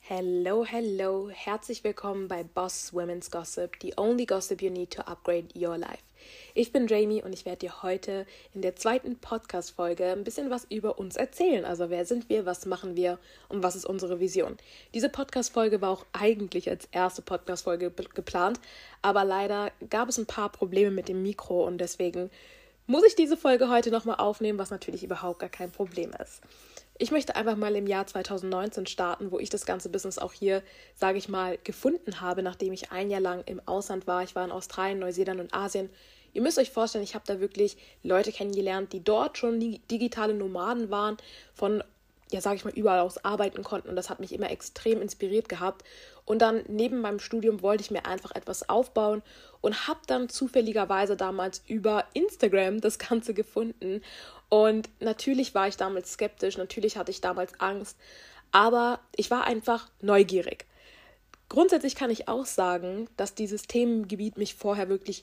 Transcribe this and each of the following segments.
Hello, hello, herzlich willkommen bei Boss Women's Gossip, the only gossip you need to upgrade your life. Ich bin Jamie und ich werde dir heute in der zweiten Podcast-Folge ein bisschen was über uns erzählen. Also wer sind wir, was machen wir und was ist unsere Vision. Diese Podcast-Folge war auch eigentlich als erste Podcast-Folge geplant, aber leider gab es ein paar Probleme mit dem Mikro und deswegen muss ich diese Folge heute nochmal aufnehmen, was natürlich überhaupt gar kein Problem ist. Ich möchte einfach mal im Jahr 2019 starten, wo ich das ganze Business auch hier, sage ich mal, gefunden habe, nachdem ich ein Jahr lang im Ausland war. Ich war in Australien, Neuseeland und Asien. Ihr müsst euch vorstellen, ich habe da wirklich Leute kennengelernt, die dort schon digitale Nomaden waren, von, ja, sage ich mal, überall aus arbeiten konnten. Und das hat mich immer extrem inspiriert gehabt. Und dann neben meinem Studium wollte ich mir einfach etwas aufbauen und habe dann zufälligerweise damals über Instagram das Ganze gefunden. Und natürlich war ich damals skeptisch, natürlich hatte ich damals Angst, aber ich war einfach neugierig. Grundsätzlich kann ich auch sagen, dass dieses Themengebiet mich vorher wirklich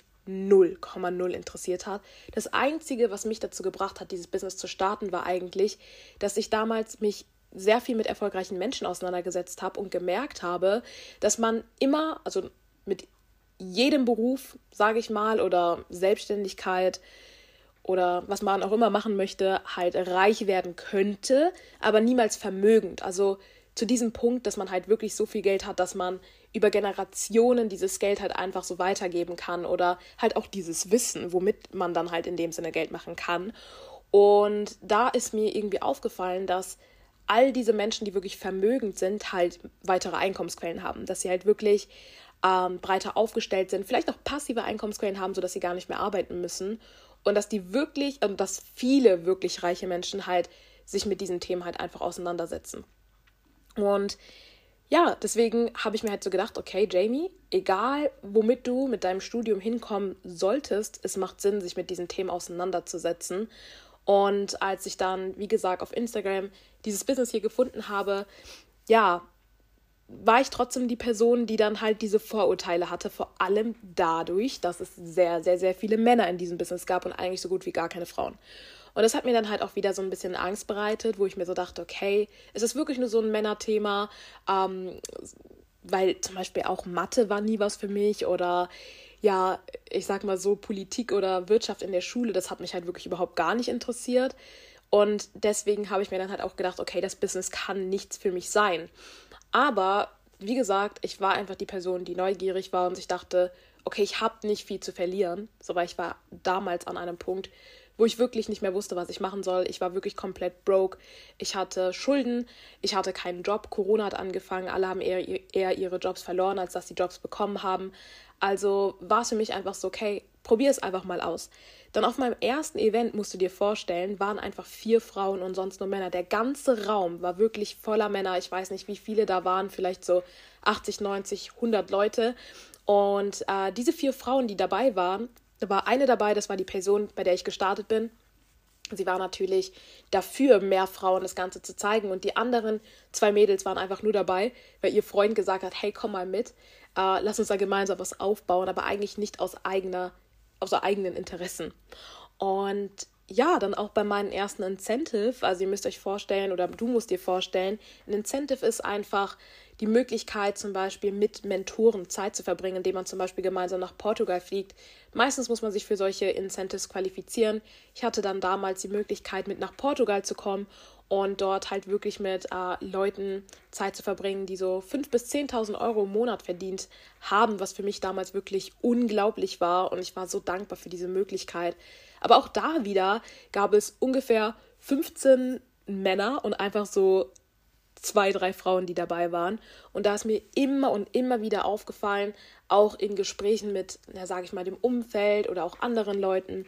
0,0 interessiert hat. Das Einzige, was mich dazu gebracht hat, dieses Business zu starten, war eigentlich, dass ich damals mich sehr viel mit erfolgreichen Menschen auseinandergesetzt habe und gemerkt habe, dass man immer, also mit jedem Beruf, sage ich mal, oder Selbstständigkeit oder was man auch immer machen möchte, halt reich werden könnte, aber niemals vermögend. Also zu diesem Punkt, dass man halt wirklich so viel Geld hat, dass man über Generationen dieses Geld halt einfach so weitergeben kann oder halt auch dieses Wissen, womit man dann halt in dem Sinne Geld machen kann. Und da ist mir irgendwie aufgefallen, dass all diese Menschen, die wirklich vermögend sind, halt weitere Einkommensquellen haben, dass sie halt wirklich breiter aufgestellt sind, vielleicht auch passive Einkommensquellen haben, sodass sie gar nicht mehr arbeiten müssen und dass die wirklich, dass viele wirklich reiche Menschen halt sich mit diesen Themen halt einfach auseinandersetzen. Und ja, deswegen habe ich mir halt so gedacht, okay, Jamie, egal womit du mit deinem Studium hinkommen solltest, es macht Sinn, sich mit diesen Themen auseinanderzusetzen. Und als ich dann, wie gesagt, auf Instagram dieses Business hier gefunden habe, ja, war ich trotzdem die Person, die dann halt diese Vorurteile hatte, vor allem dadurch, dass es sehr, sehr, sehr viele Männer in diesem Business gab und eigentlich so gut wie gar keine Frauen. Und das hat mir dann halt auch wieder so ein bisschen Angst bereitet, wo ich mir so dachte, okay, es ist wirklich nur so ein Männerthema, weil zum Beispiel auch Mathe war nie was für mich oder ja, ich sag mal so Politik oder Wirtschaft in der Schule, das hat mich halt wirklich überhaupt gar nicht interessiert. Und deswegen habe ich mir dann halt auch gedacht, okay, das Business kann nichts für mich sein. Aber, wie gesagt, ich war einfach die Person, die neugierig war und sich dachte, okay, ich habe nicht viel zu verlieren. So, weil ich war damals an einem Punkt, wo ich wirklich nicht mehr wusste, was ich machen soll. Ich war wirklich komplett broke. Ich hatte Schulden, ich hatte keinen Job. Corona hat angefangen, alle haben eher ihre Jobs verloren, als dass sie Jobs bekommen haben. Also war es für mich einfach so, okay, probier es einfach mal aus. Dann auf meinem ersten Event, musst du dir vorstellen, waren einfach 4 Frauen und sonst nur Männer. Der ganze Raum war wirklich voller Männer. Ich weiß nicht, wie viele da waren, vielleicht so 80, 90, 100 Leute. Und diese 4 Frauen, die dabei waren, da war eine dabei, das war die Person, bei der ich gestartet bin. Sie war natürlich dafür, mehr Frauen das Ganze zu zeigen. Und die anderen 2 Mädels waren einfach nur dabei, weil ihr Freund gesagt hat, hey, komm mal mit, lass uns da gemeinsam was aufbauen, aber eigentlich nicht aus eigenen Interessen. Und ja, dann auch bei meinem ersten Incentive, also ihr müsst euch vorstellen oder du musst dir vorstellen, ein Incentive ist einfach die Möglichkeit zum Beispiel mit Mentoren Zeit zu verbringen, indem man zum Beispiel gemeinsam nach Portugal fliegt. Meistens muss man sich für solche Incentives qualifizieren. Ich hatte dann damals die Möglichkeit, mit nach Portugal zu kommen und dort halt wirklich mit Leuten Zeit zu verbringen, die so 5.000 bis 10.000 Euro im Monat verdient haben, was für mich damals wirklich unglaublich war und ich war so dankbar für diese Möglichkeit. Aber auch da wieder gab es ungefähr 15 Männer und einfach so 2, 3 Frauen, die dabei waren. Und da ist mir immer und immer wieder aufgefallen, auch in Gesprächen mit, sage ich mal, dem Umfeld oder auch anderen Leuten,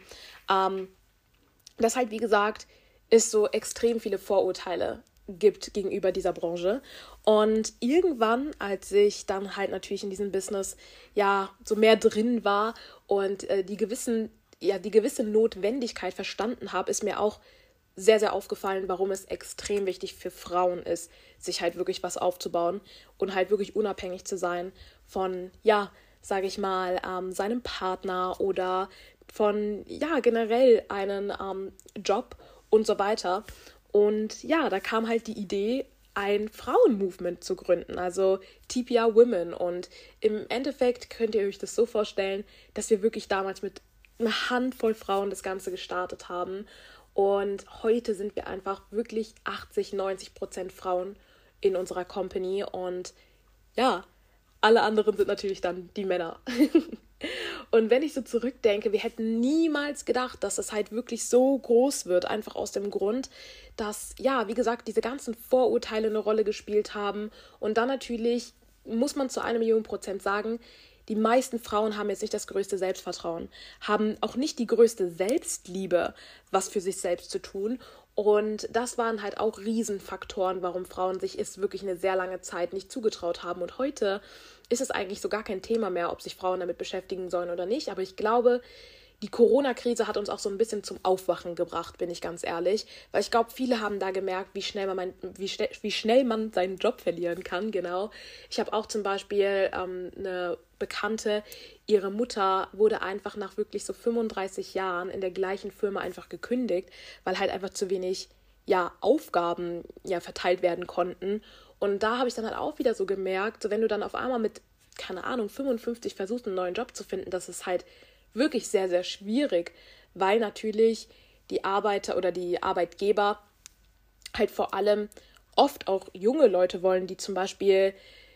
dass halt, wie gesagt, es so extrem viele Vorurteile gibt gegenüber dieser Branche. Und irgendwann, als ich dann halt natürlich in diesem Business ja so mehr drin war und die gewisse Notwendigkeit verstanden habe, ist mir auch sehr, sehr aufgefallen, warum es extrem wichtig für Frauen ist, sich halt wirklich was aufzubauen und halt wirklich unabhängig zu sein von, ja, sage ich mal, seinem Partner oder von, ja, generell einen Job und so weiter. Und ja, da kam halt die Idee, ein Frauenmovement zu gründen, also TPR Women. Und im Endeffekt könnt ihr euch das so vorstellen, dass wir wirklich damals mit einer Handvoll Frauen das Ganze gestartet haben. Und heute sind wir einfach wirklich 80-90% Frauen in unserer Company. Und ja, alle anderen sind natürlich dann die Männer. Und wenn ich so zurückdenke, wir hätten niemals gedacht, dass es halt wirklich so groß wird, einfach aus dem Grund, dass, ja, wie gesagt, diese ganzen Vorurteile eine Rolle gespielt haben. Und dann natürlich muss man zu 1.000.000% sagen, die meisten Frauen haben jetzt nicht das größte Selbstvertrauen, haben auch nicht die größte Selbstliebe, was für sich selbst zu tun. Und das waren halt auch Riesenfaktoren, warum Frauen sich es wirklich eine sehr lange Zeit nicht zugetraut haben. Und heute ist es eigentlich so gar kein Thema mehr, ob sich Frauen damit beschäftigen sollen oder nicht. Aber ich glaube, die Corona-Krise hat uns auch so ein bisschen zum Aufwachen gebracht, bin ich ganz ehrlich. Weil ich glaube, viele haben da gemerkt, wie schnell man seinen Job verlieren kann, genau. Ich habe auch zum Beispiel eine Bekannte, ihre Mutter wurde einfach nach wirklich so 35 Jahren in der gleichen Firma einfach gekündigt, weil halt einfach zu wenig Aufgaben verteilt werden konnten. Und da habe ich dann halt auch wieder so gemerkt, so wenn du dann auf einmal mit, keine Ahnung, 55 versuchst, einen neuen Job zu finden, das ist halt wirklich sehr, sehr schwierig, weil natürlich die Arbeiter oder die Arbeitgeber halt vor allem oft auch junge Leute wollen, die zum Beispiel,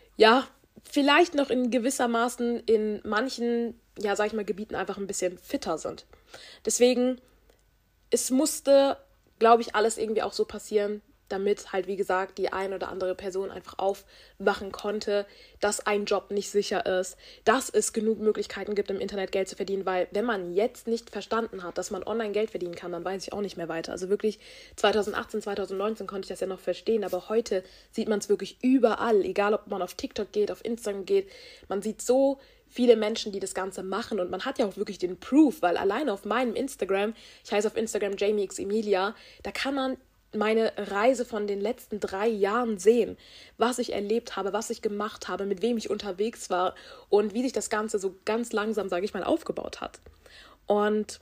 vielleicht noch in gewissermaßen in manchen, sag ich mal, Gebieten einfach ein bisschen fitter sind. Deswegen, es musste, glaube ich, alles irgendwie auch so passieren, damit halt, wie gesagt, die ein oder andere Person einfach aufwachen konnte, dass ein Job nicht sicher ist, dass es genug Möglichkeiten gibt, im Internet Geld zu verdienen, weil wenn man jetzt nicht verstanden hat, dass man online Geld verdienen kann, dann weiß ich auch nicht mehr weiter. Also wirklich 2018, 2019 konnte ich das ja noch verstehen, aber heute sieht man es wirklich überall, egal ob man auf TikTok geht, auf Instagram geht, man sieht so viele Menschen, die das Ganze machen und man hat ja auch wirklich den Proof, weil alleine auf meinem Instagram, ich heiße auf Instagram Jamie X Emilia, da kann man meine Reise von den letzten 3 Jahren sehen, was ich erlebt habe, was ich gemacht habe, mit wem ich unterwegs war und wie sich das Ganze so ganz langsam, sage ich mal, aufgebaut hat. Und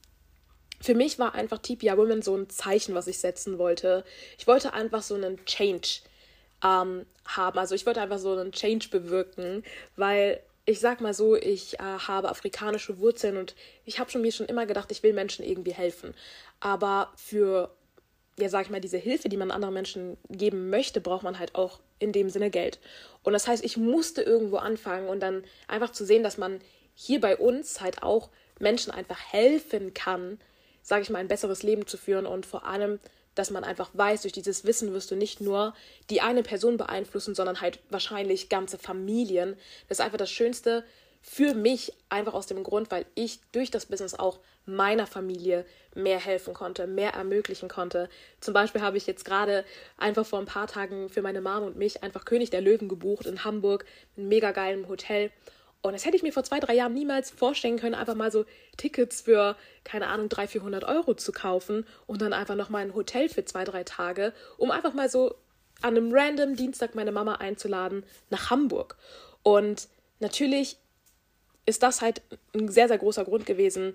für mich war einfach TPR Women so ein Zeichen, was ich setzen wollte. Ich wollte einfach so einen Change haben, also ich wollte einfach so einen Change bewirken, weil ich sag mal so, ich habe afrikanische Wurzeln und ich habe mir schon immer gedacht, ich will Menschen irgendwie helfen. Aber für sag ich mal, diese Hilfe, die man anderen Menschen geben möchte, braucht man halt auch in dem Sinne Geld. Und das heißt, ich musste irgendwo anfangen und dann einfach zu sehen, dass man hier bei uns halt auch Menschen einfach helfen kann, sage ich mal, ein besseres Leben zu führen und vor allem, dass man einfach weiß, durch dieses Wissen wirst du nicht nur die eine Person beeinflussen, sondern halt wahrscheinlich ganze Familien. Das ist einfach das Schönste für mich, einfach aus dem Grund, weil ich durch das Business auch meiner Familie mehr helfen konnte, mehr ermöglichen konnte. Zum Beispiel habe ich jetzt gerade einfach vor ein paar Tagen für meine Mom und mich einfach König der Löwen gebucht in Hamburg, in einem mega geilen Hotel. Und das hätte ich mir vor 2-3 Jahren niemals vorstellen können, einfach mal so Tickets für, keine Ahnung, 300-400 Euro zu kaufen und dann einfach nochmal ein Hotel für 2-3 Tage, um einfach mal so an einem random Dienstag meine Mama einzuladen nach Hamburg. Und natürlich ist das halt ein sehr, sehr großer Grund gewesen.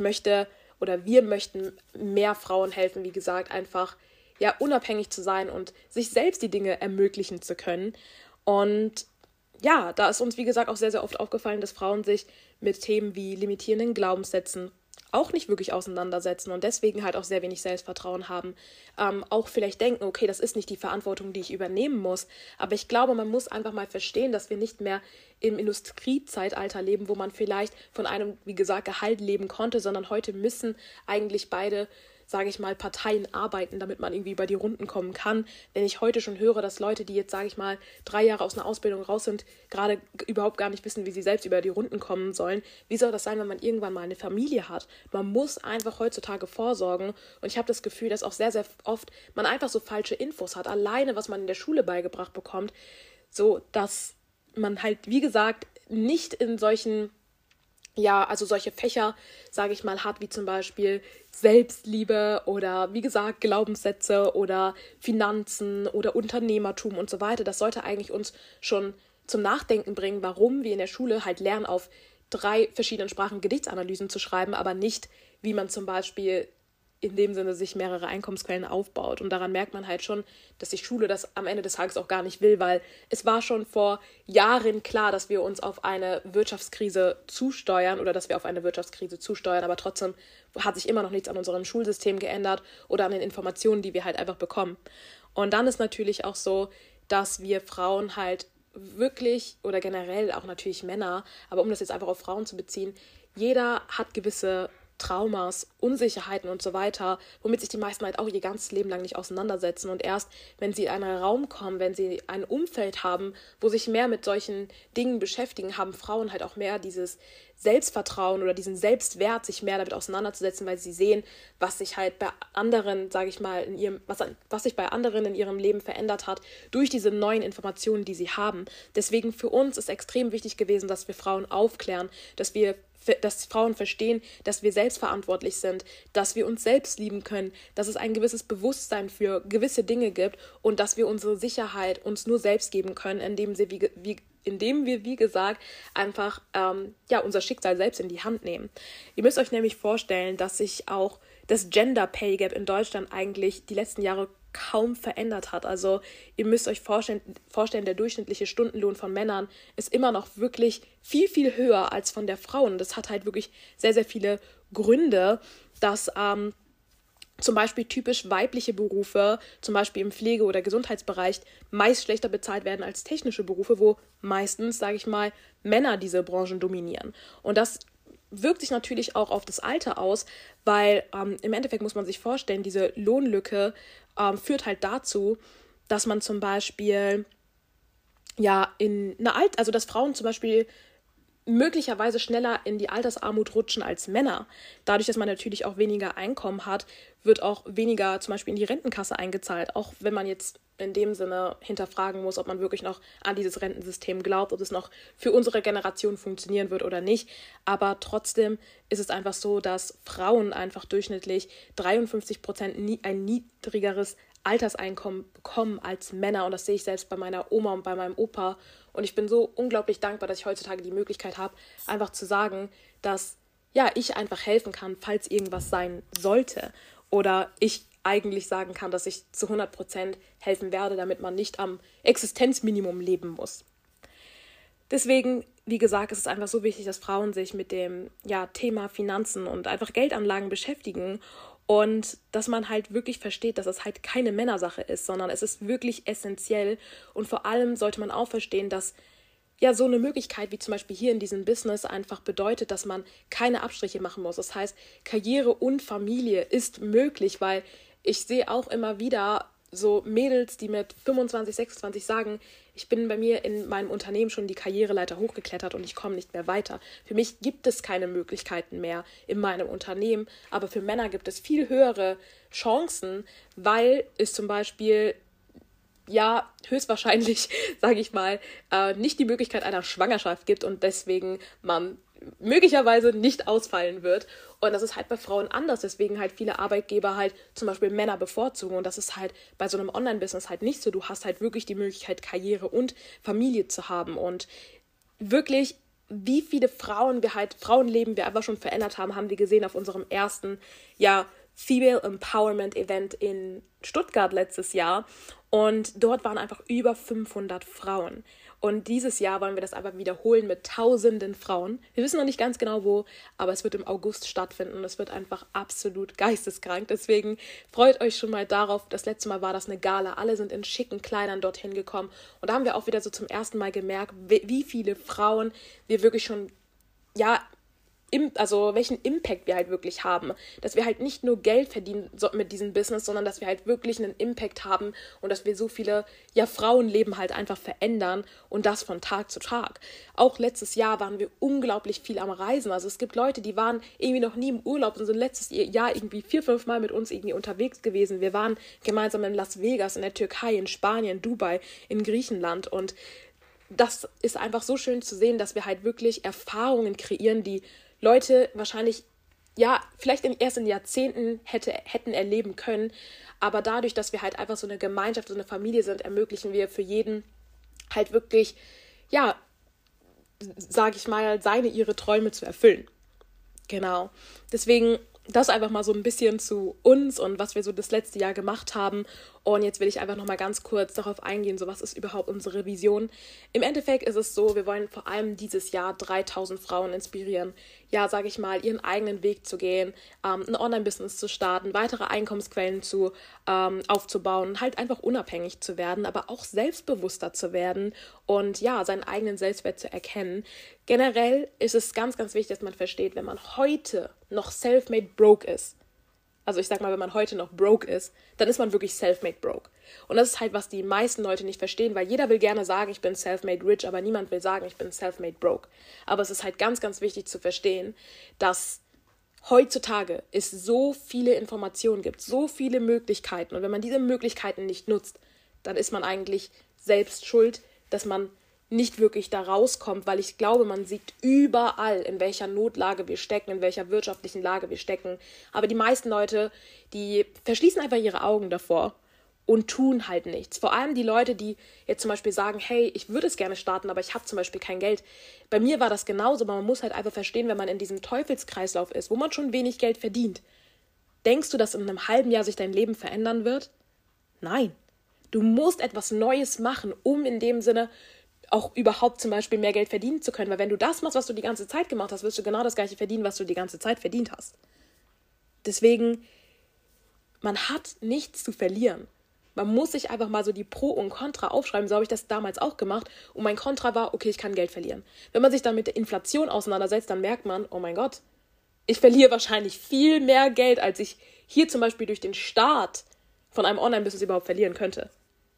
Wir möchten mehr Frauen helfen, wie gesagt, einfach unabhängig zu sein und sich selbst die Dinge ermöglichen zu können. Und da ist uns, wie gesagt, auch sehr, sehr oft aufgefallen, dass Frauen sich mit Themen wie limitierenden Glaubenssätzen auch nicht wirklich auseinandersetzen und deswegen halt auch sehr wenig Selbstvertrauen haben. Auch vielleicht denken, okay, das ist nicht die Verantwortung, die ich übernehmen muss. Aber ich glaube, man muss einfach mal verstehen, dass wir nicht mehr im Industriezeitalter leben, wo man vielleicht von einem, wie gesagt, Gehalt leben konnte, sondern heute müssen eigentlich beide, sage ich mal, Parteien arbeiten, damit man irgendwie über die Runden kommen kann. Wenn ich heute schon höre, dass Leute, die jetzt, sage ich mal, 3 Jahre aus einer Ausbildung raus sind, gerade überhaupt gar nicht wissen, wie sie selbst über die Runden kommen sollen. Wie soll das sein, wenn man irgendwann mal eine Familie hat? Man muss einfach heutzutage vorsorgen und ich habe das Gefühl, dass auch sehr, sehr oft man einfach so falsche Infos hat. Alleine, was man in der Schule beigebracht bekommt, so dass man halt, wie gesagt, nicht in solchen solche Fächer, sage ich mal, hat, wie zum Beispiel Selbstliebe oder, wie gesagt, Glaubenssätze oder Finanzen oder Unternehmertum und so weiter. Das sollte eigentlich uns schon zum Nachdenken bringen, warum wir in der Schule halt lernen, auf 3 verschiedenen Sprachen Gedichtsanalysen zu schreiben, aber nicht, wie man zum Beispiel in dem Sinne sich mehrere Einkommensquellen aufbaut. Und daran merkt man halt schon, dass die Schule das am Ende des Tages auch gar nicht will, weil es war schon vor Jahren klar, dass wir uns auf eine Wirtschaftskrise zusteuern oder dass wir auf eine Wirtschaftskrise zusteuern, aber trotzdem hat sich immer noch nichts an unserem Schulsystem geändert oder an den Informationen, die wir halt einfach bekommen. Und dann ist natürlich auch so, dass wir Frauen halt wirklich oder generell auch natürlich Männer, aber um das jetzt einfach auf Frauen zu beziehen, jeder hat gewisse Traumas, Unsicherheiten und so weiter, womit sich die meisten halt auch ihr ganzes Leben lang nicht auseinandersetzen. Und erst, wenn sie in einen Raum kommen, wenn sie ein Umfeld haben, wo sich mehr mit solchen Dingen beschäftigen, haben Frauen halt auch mehr dieses Selbstvertrauen oder diesen Selbstwert, sich mehr damit auseinanderzusetzen, weil sie sehen, was sich halt bei anderen, sage ich mal, was sich bei anderen in ihrem Leben verändert hat, durch diese neuen Informationen, die sie haben. Deswegen für uns ist extrem wichtig gewesen, dass wir Frauen aufklären, dass Frauen verstehen, dass wir selbstverantwortlich sind, dass wir uns selbst lieben können, dass es ein gewisses Bewusstsein für gewisse Dinge gibt und dass wir unsere Sicherheit uns nur selbst geben können, indem wir, wie gesagt, einfach unser Schicksal selbst in die Hand nehmen. Ihr müsst euch nämlich vorstellen, dass sich auch das Gender Pay Gap in Deutschland eigentlich die letzten Jahre kaum verändert hat. Also ihr müsst euch vorstellen, der durchschnittliche Stundenlohn von Männern ist immer noch wirklich viel, viel höher als von der Frauen. Das hat halt wirklich sehr, sehr viele Gründe, dass zum Beispiel typisch weibliche Berufe, zum Beispiel im Pflege- oder Gesundheitsbereich, meist schlechter bezahlt werden als technische Berufe, wo meistens, sage ich mal, Männer diese Branchen dominieren. Und das wirkt sich natürlich auch auf das Alter aus, weil im Endeffekt muss man sich vorstellen, diese Lohnlücke führt halt dazu, dass man zum Beispiel dass Frauen zum Beispiel möglicherweise schneller in die Altersarmut rutschen als Männer. Dadurch, dass man natürlich auch weniger Einkommen hat, wird auch weniger zum Beispiel in die Rentenkasse eingezahlt. Auch wenn man jetzt in dem Sinne hinterfragen muss, ob man wirklich noch an dieses Rentensystem glaubt, ob es noch für unsere Generation funktionieren wird oder nicht. Aber trotzdem ist es einfach so, dass Frauen einfach durchschnittlich 53% ein niedrigeres Alterseinkommen bekommen als Männer. Und das sehe ich selbst bei meiner Oma und bei meinem Opa. Und ich bin so unglaublich dankbar, dass ich heutzutage die Möglichkeit habe, einfach zu sagen, dass ich einfach helfen kann, falls irgendwas sein sollte. Oder ich eigentlich sagen kann, dass ich zu 100% helfen werde, damit man nicht am Existenzminimum leben muss. Deswegen, wie gesagt, ist es einfach so wichtig, dass Frauen sich mit dem Thema Finanzen und einfach Geldanlagen beschäftigen und dass man halt wirklich versteht, dass es halt keine Männersache ist, sondern es ist wirklich essentiell und vor allem sollte man auch verstehen, dass so eine Möglichkeit wie zum Beispiel hier in diesem Business einfach bedeutet, dass man keine Abstriche machen muss. Das heißt, Karriere und Familie ist möglich, weil ich sehe auch immer wieder so Mädels, die mit 25, 26 sagen, ich bin bei mir in meinem Unternehmen schon die Karriereleiter hochgeklettert und ich komme nicht mehr weiter. Für mich gibt es keine Möglichkeiten mehr in meinem Unternehmen, aber für Männer gibt es viel höhere Chancen, weil es zum Beispiel höchstwahrscheinlich, sage ich mal, nicht die Möglichkeit einer Schwangerschaft gibt und deswegen man möglicherweise nicht ausfallen wird. Und das ist halt bei Frauen anders, deswegen halt viele Arbeitgeber halt zum Beispiel Männer bevorzugen und das ist halt bei so einem Online-Business halt nicht so. Du hast halt wirklich die Möglichkeit, Karriere und Familie zu haben und wirklich, wie viele Frauenleben wir einfach schon verändert haben wir gesehen auf unserem ersten, Female Empowerment Event in Stuttgart letztes Jahr und dort waren einfach über 500 Frauen. Und dieses Jahr wollen wir das aber wiederholen mit tausenden Frauen. Wir wissen noch nicht ganz genau wo, aber es wird im August stattfinden und es wird einfach absolut geisteskrank. Deswegen freut euch schon mal darauf. Das letzte Mal war das eine Gala. Alle sind in schicken Kleidern dorthin gekommen. Und da haben wir auch wieder so zum ersten Mal gemerkt, wie viele Frauen wir wirklich schon, welchen Impact wir halt wirklich haben. Dass wir halt nicht nur Geld verdienen mit diesem Business, sondern dass wir halt wirklich einen Impact haben und dass wir so viele Frauenleben halt einfach verändern und das von Tag zu Tag. Auch letztes Jahr waren wir unglaublich viel am Reisen. Also es gibt Leute, die waren irgendwie noch nie im Urlaub und sind letztes Jahr irgendwie 4-5 Mal mit uns irgendwie unterwegs gewesen. Wir waren gemeinsam in Las Vegas, in der Türkei, in Spanien, Dubai, in Griechenland und das ist einfach so schön zu sehen, dass wir halt wirklich Erfahrungen kreieren, die Leute wahrscheinlich, vielleicht erst in Jahrzehnten hätten erleben können. Aber dadurch, dass wir halt einfach so eine Gemeinschaft, so eine Familie sind, ermöglichen wir für jeden halt wirklich, sage ich mal, ihre Träume zu erfüllen. Genau. Deswegen das einfach mal so ein bisschen zu uns und was wir so das letzte Jahr gemacht haben. Und jetzt will ich einfach noch mal ganz kurz darauf eingehen, so was ist überhaupt unsere Vision. Im Endeffekt ist es so, wir wollen vor allem dieses Jahr 3000 Frauen inspirieren, ja, sage ich mal, ihren eigenen Weg zu gehen, ein Online-Business zu starten, weitere Einkommensquellen aufzubauen, halt einfach unabhängig zu werden, aber auch selbstbewusster zu werden und ja, seinen eigenen Selbstwert zu erkennen. Generell ist es ganz, ganz wichtig, dass man versteht, wenn man heute noch self-made broke ist, also ich sag mal, wenn man heute noch broke ist, dann ist man wirklich self-made broke. Und das ist halt, was die meisten Leute nicht verstehen, weil jeder will gerne sagen, ich bin self-made rich, aber niemand will sagen, ich bin self-made broke. Aber es ist halt ganz, ganz wichtig zu verstehen, dass heutzutage es so viele Informationen gibt, so viele Möglichkeiten. Und wenn man diese Möglichkeiten nicht nutzt, dann ist man eigentlich selbst schuld, dass man nicht wirklich da rauskommt, weil ich glaube, man sieht überall, in welcher Notlage wir stecken, in welcher wirtschaftlichen Lage wir stecken. Aber die meisten Leute, die verschließen einfach ihre Augen davor und tun halt nichts. Vor allem die Leute, die jetzt zum Beispiel sagen, hey, ich würde es gerne starten, aber ich habe zum Beispiel kein Geld. Bei mir war das genauso, aber man muss halt einfach verstehen, wenn man in diesem Teufelskreislauf ist, wo man schon wenig Geld verdient. Denkst du, dass in einem halben Jahr sich dein Leben verändern wird? Nein. Du musst etwas Neues machen, um in dem Sinne auch überhaupt zum Beispiel mehr Geld verdienen zu können. Weil wenn du das machst, was du die ganze Zeit gemacht hast, wirst du genau das gleiche verdienen, was du die ganze Zeit verdient hast. Deswegen, man hat nichts zu verlieren. Man muss sich einfach mal so die Pro und Contra aufschreiben. So habe ich das damals auch gemacht. Und mein Contra war, okay, ich kann Geld verlieren. Wenn man sich dann mit der Inflation auseinandersetzt, dann merkt man, oh mein Gott, ich verliere wahrscheinlich viel mehr Geld, als ich hier zum Beispiel durch den Start von einem Online-Business überhaupt verlieren könnte.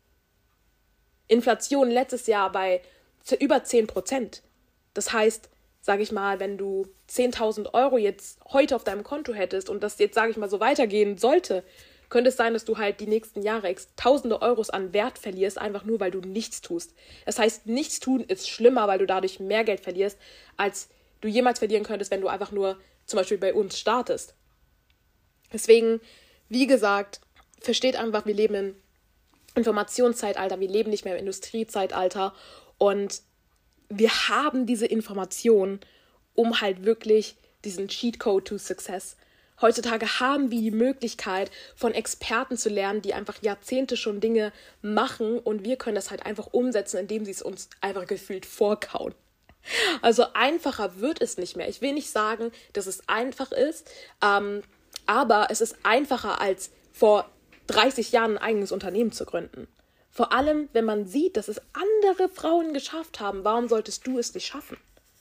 Inflation letztes Jahr bei über 10%. Das heißt, sage ich mal, wenn du 10.000 Euro jetzt heute auf deinem Konto hättest und das jetzt, sage ich mal, so weitergehen sollte, könnte es sein, dass du halt die nächsten Jahre tausende Euros an Wert verlierst, einfach nur, weil du nichts tust. Das heißt, nichts tun ist schlimmer, weil du dadurch mehr Geld verlierst, als du jemals verlieren könntest, wenn du einfach nur zum Beispiel bei uns startest. Deswegen, wie gesagt, versteht einfach, wir leben in Informationszeitalter, wir leben nicht mehr im Industriezeitalter und wir haben diese Information, um halt wirklich diesen Cheat Code to Success. Heutzutage haben wir die Möglichkeit, von Experten zu lernen, die einfach Jahrzehnte schon Dinge machen und wir können das halt einfach umsetzen, indem sie es uns einfach gefühlt vorkauen. Also einfacher wird es nicht mehr. Ich will nicht sagen, dass es einfach ist, aber es ist einfacher als vor 30 Jahren ein eigenes Unternehmen zu gründen. Vor allem, wenn man sieht, dass es andere Frauen geschafft haben, warum solltest du es nicht schaffen?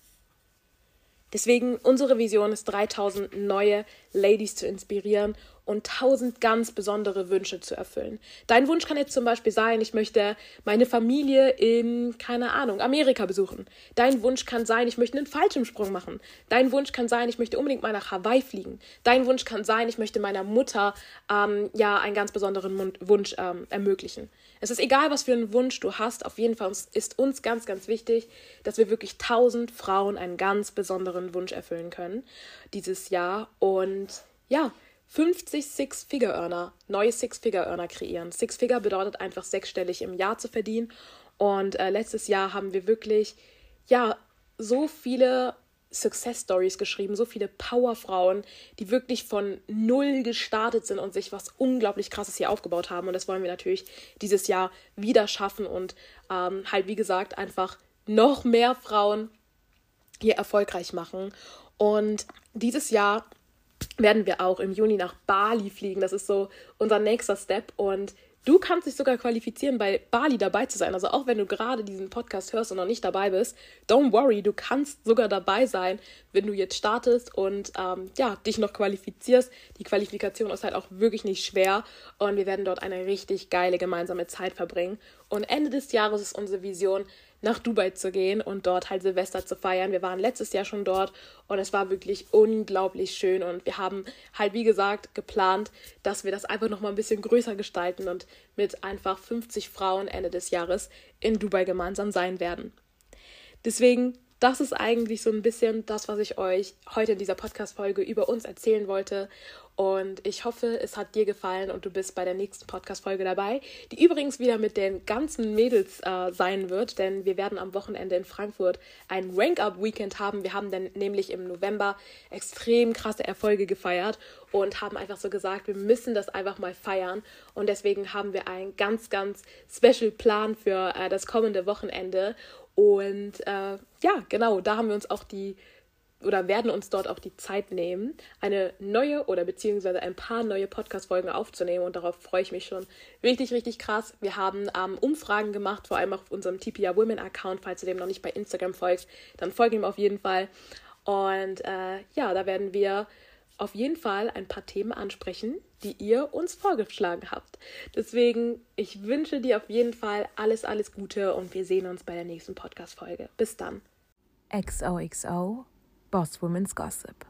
Deswegen, unsere Vision ist, 3000 neue Ladies zu inspirieren und 1000 ganz besondere Wünsche zu erfüllen. Dein Wunsch kann jetzt zum Beispiel sein, ich möchte meine Familie in, keine Ahnung, Amerika besuchen. Dein Wunsch kann sein, ich möchte einen Fallschirmsprung machen. Dein Wunsch kann sein, ich möchte unbedingt mal nach Hawaii fliegen. Dein Wunsch kann sein, ich möchte meiner Mutter einen ganz besonderen Wunsch ermöglichen. Es ist egal, was für einen Wunsch du hast, auf jeden Fall ist uns ganz, ganz wichtig, dass wir wirklich 1000 Frauen einen ganz besonderen Wunsch erfüllen können dieses Jahr und ja, 50 Six-Figure-Earner, neue Six-Figure-Earner kreieren. Six-Figure bedeutet einfach 6-stellig im Jahr zu verdienen und letztes Jahr haben wir wirklich, ja, so viele Success-Stories geschrieben, so viele Powerfrauen, die wirklich von null gestartet sind und sich was unglaublich Krasses hier aufgebaut haben und das wollen wir natürlich dieses Jahr wieder schaffen und halt wie gesagt einfach noch mehr Frauen hier erfolgreich machen und dieses Jahr werden wir auch im Juni nach Bali fliegen. Das ist so unser nächster Step und du kannst dich sogar qualifizieren, bei Bali dabei zu sein. Also auch wenn du gerade diesen Podcast hörst und noch nicht dabei bist, don't worry, du kannst sogar dabei sein, wenn du jetzt startest und dich noch qualifizierst. Die Qualifikation ist halt auch wirklich nicht schwer und wir werden dort eine richtig geile gemeinsame Zeit verbringen. Und Ende des Jahres ist unsere Vision, nach Dubai zu gehen und dort halt Silvester zu feiern. Wir waren letztes Jahr schon dort und es war wirklich unglaublich schön und wir haben halt, wie gesagt, geplant, dass wir das einfach nochmal ein bisschen größer gestalten und mit einfach 50 Frauen Ende des Jahres in Dubai gemeinsam sein werden. Deswegen, das ist eigentlich so ein bisschen das, was ich euch heute in dieser Podcast-Folge über uns erzählen wollte. Und ich hoffe, es hat dir gefallen und du bist bei der nächsten Podcast-Folge dabei, die übrigens wieder mit den ganzen Mädels sein wird, denn wir werden am Wochenende in Frankfurt ein Rank-Up-Weekend haben. Wir haben dann nämlich im November extrem krasse Erfolge gefeiert und haben einfach so gesagt, wir müssen das einfach mal feiern. Und deswegen haben wir einen ganz, ganz special Plan für das kommende Wochenende. Und ja, genau, da haben wir uns auch werden uns dort auch die Zeit nehmen, eine neue oder beziehungsweise ein paar neue Podcast-Folgen aufzunehmen, und darauf freue ich mich schon richtig, richtig krass. Wir haben Umfragen gemacht, vor allem auf unserem TPR Women Account. Falls du dem noch nicht bei Instagram folgst, dann folge ihm auf jeden Fall. Und ja, da werden wir auf jeden Fall ein paar Themen ansprechen, die ihr uns vorgeschlagen habt. Deswegen, ich wünsche dir auf jeden Fall alles, alles Gute und wir sehen uns bei der nächsten Podcast-Folge. Bis dann. XOXO Boss Women's Gossip.